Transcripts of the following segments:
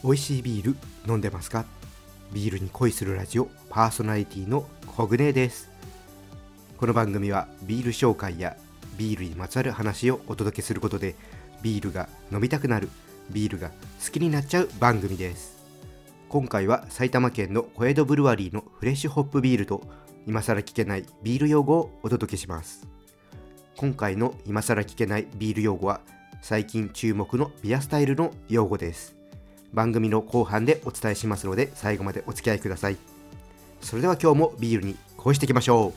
美味しいビール飲んでますか？ビールに恋するラジオパーソナリティのコグネです。この番組はビール紹介やビールにまつわる話をお届けすることで、ビールが飲みたくなる、ビールが好きになっちゃう番組です。今回は埼玉県の小江戸ブルワリーのフレッシュホップビールと今更聞けないビール用語をお届けします。今回の今更聞けないビール用語は最近注目のビアスタイルの用語です。番組の後半でお伝えしますので、最後までお付き合いください。それでは今日もビールに恋していきましょう。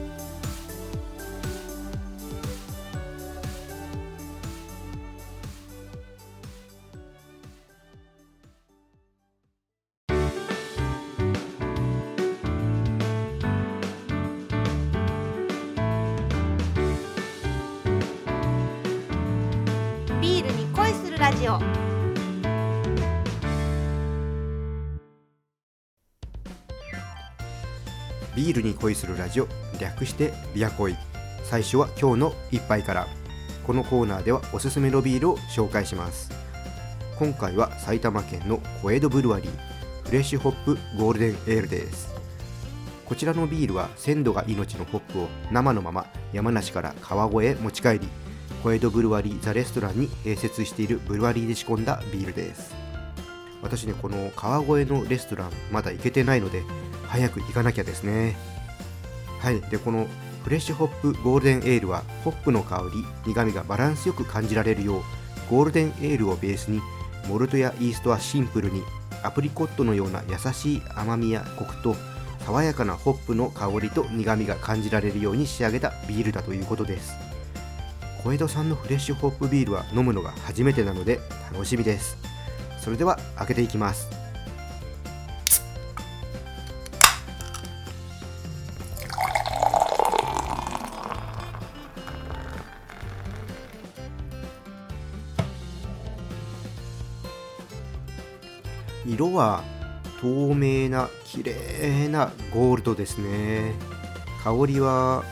ビールに恋するラジオ。 ビールに恋するラジオ、略してビア恋。最初は今日の一杯から。このコーナーではおすすめのビールを紹介します。今回は埼玉県の小江戸ブルワリーフレッシュホップゴールデンエールです。こちらのビールは鮮度が命のホップを生のまま山梨から川越へ持ち帰り、小江戸ブルワリーザレストランに併設しているブルワリーで仕込んだビールです。私ね、この川越のレストランまだ行けてないので早く行かなきゃですね。はい。で、このフレッシュホップゴールデンエールはホップの香り、苦味がバランスよく感じられるよう、ゴールデンエールをベースにモルトやイーストはシンプルに、アプリコットのような優しい甘みやコクと爽やかなホップの香りと苦味が感じられるように仕上げたビールだということです。小江戸産のフレッシュホップビールは飲むのが初めてなので楽しみです。それでは開けていきます。色は透明な綺麗なゴールドですね。香りは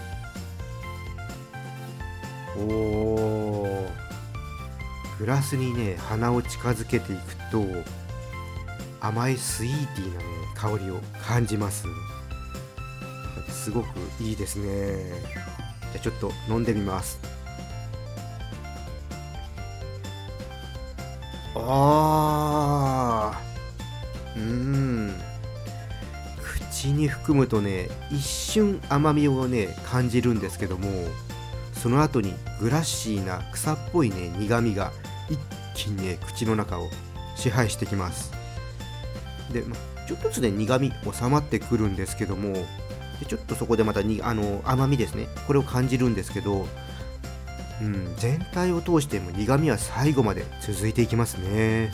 グラスにね鼻を近づけていくと甘いスイーティーなね香りを感じます。すごくいいですね。じゃあちょっと飲んでみます。口に含むとね一瞬甘みをね感じるんですけども、その後にグラッシーな草っぽいね苦みが一気にね口の中を支配してきます。で、ちょっとずつね苦み収まってくるんですけども、でちょっとそこでまた甘みですね、これを感じるんですけど、全体を通しても苦みは最後まで続いていきますね。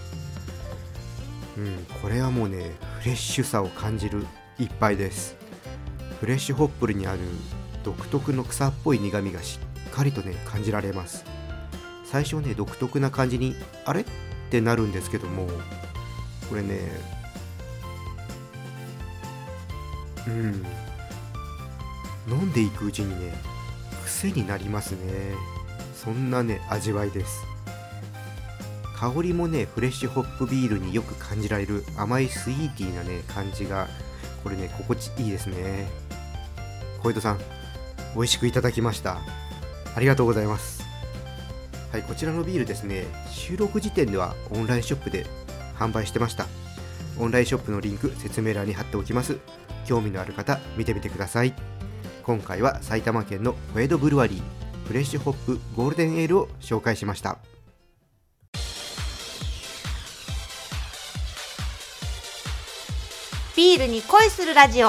これはもうねフレッシュさを感じる一杯です。フレッシュホップにある独特の草っぽい苦みがしっかりとね感じられます。最初ね独特な感じにあれってなるんですけども、これね飲んでいくうちにね癖になりますね。そんなね味わいです。香りもねフレッシュホップビールによく感じられる甘いスイーティーなね感じが、これね心地いいですね。小江戸さん、美味しくいただきました。ありがとうございます。はい、こちらのビールですね、収録時点ではオンラインショップで販売してました。オンラインショップのリンク説明欄に貼っておきます。興味のある方見てみてください。今回は埼玉県の小江戸ブルワリーフレッシュホップゴールデンエールを紹介しました。 ビールに恋するラジオ。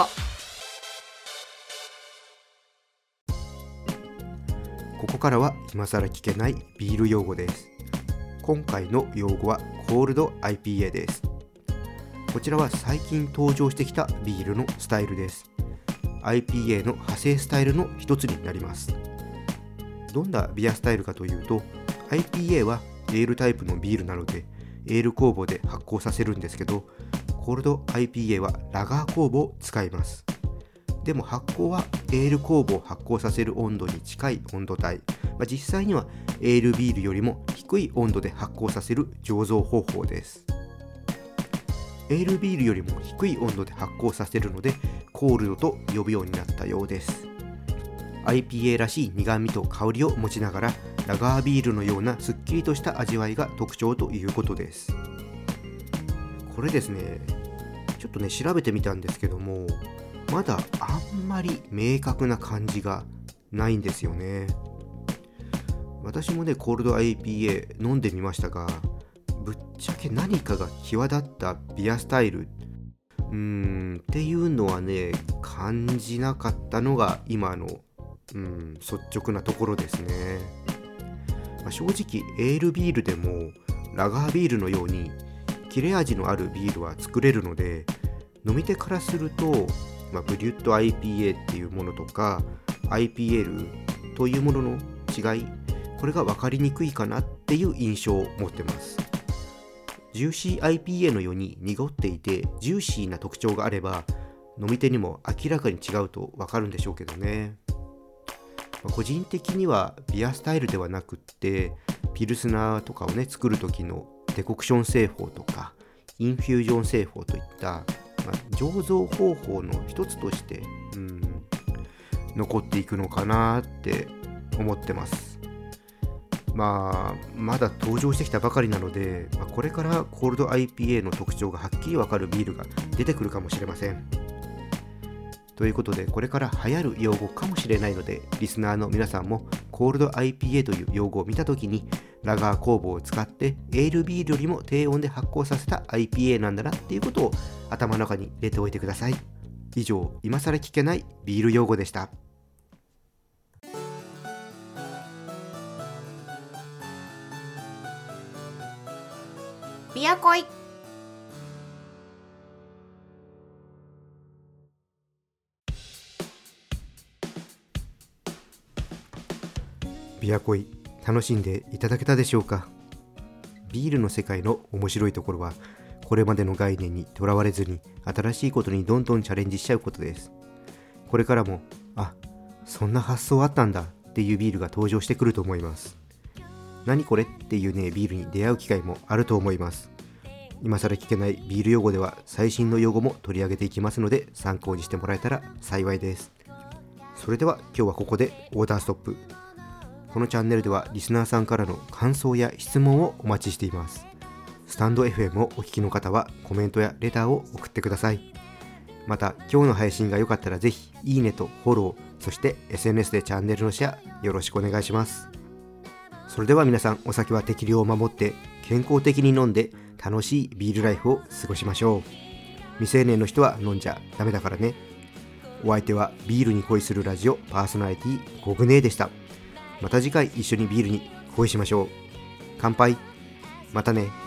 ここからは今更聞けないビール用語です。今回の用語はコールド IPA です。こちらは最近登場してきたビールのスタイルです。 IPA の派生スタイルの一つになります。どんなビアスタイルかというと、 IPA はエールタイプのビールなのでエール酵母で発酵させるんですけど、コールド IPA はラガー酵母を使います。でも発酵はエール酵母を発酵させる温度に近い温度帯、実際にはエールビールよりも低い温度で発酵させる醸造方法です。 エールビールよりも低い温度で発酵させるのでコールドと呼ぶようになったようです。 IPA らしい苦味と香りを持ちながらラガービールのようなすっきりとした味わいが特徴ということです。これですね、ちょっとね調べてみたんですけども、まだあんまり明確な感じがないんですよね。私もねコールド IPA 飲んでみましたが、ぶっちゃけ何かが際立ったビアスタイルっていうのはね感じなかったのが今の率直なところですね。正直エールビールでもラガービールのように切れ味のあるビールは作れるので、飲み手からすると、ブリュット IPA っていうものとか IPL というものの違い、これが分かりにくいかなっていう印象を持ってます。ジューシー IPA のように濁っていてジューシーな特徴があれば飲み手にも明らかに違うと分かるんでしょうけどね。個人的にはビアスタイルではなくってピルスナーとかをね作る時のデコクション製法とかインフュージョン製法といった、醸造方法の一つとして残っていくのかなって思ってます。まだ登場してきたばかりなので、これからコールド IPA の特徴がはっきりわかるビールが出てくるかもしれません。ということで、これから流行る用語かもしれないので、リスナーの皆さんもコールド IPA という用語を見たときに、ラガー酵母を使ってエールビールよりも低温で発酵させた IPA なんだなっていうことを頭の中に入れておいてください。以上、今更聞けないビール用語でした。 ビアコイ。 ビアコイ楽しんでいただけたでしょうか。ビールの世界の面白いところはこれまでの概念にとらわれずに新しいことにどんどんチャレンジしちゃうことです。これからもそんな発想あったんだっていうビールが登場してくると思います。何これっていうねビールに出会う機会もあると思います。今更聞けないビール用語では最新の用語も取り上げていきますので参考にしてもらえたら幸いです。それでは今日はここでオーダーストップ。このチャンネルではリスナーさんからの感想や質問をお待ちしています。スタンド FM をお聞きの方はコメントやレターを送ってください。また今日の配信が良かったらぜひいいねとフォロー、そして SNS でチャンネルのシェアよろしくお願いします。それでは皆さん、お酒は適量を守って健康的に飲んで楽しいビールライフを過ごしましょう。未成年の人は飲んじゃダメだからね。お相手はビールに恋するラジオパーソナリティゴグネーでした。また次回一緒にビールに恋しましょう。乾杯。またね。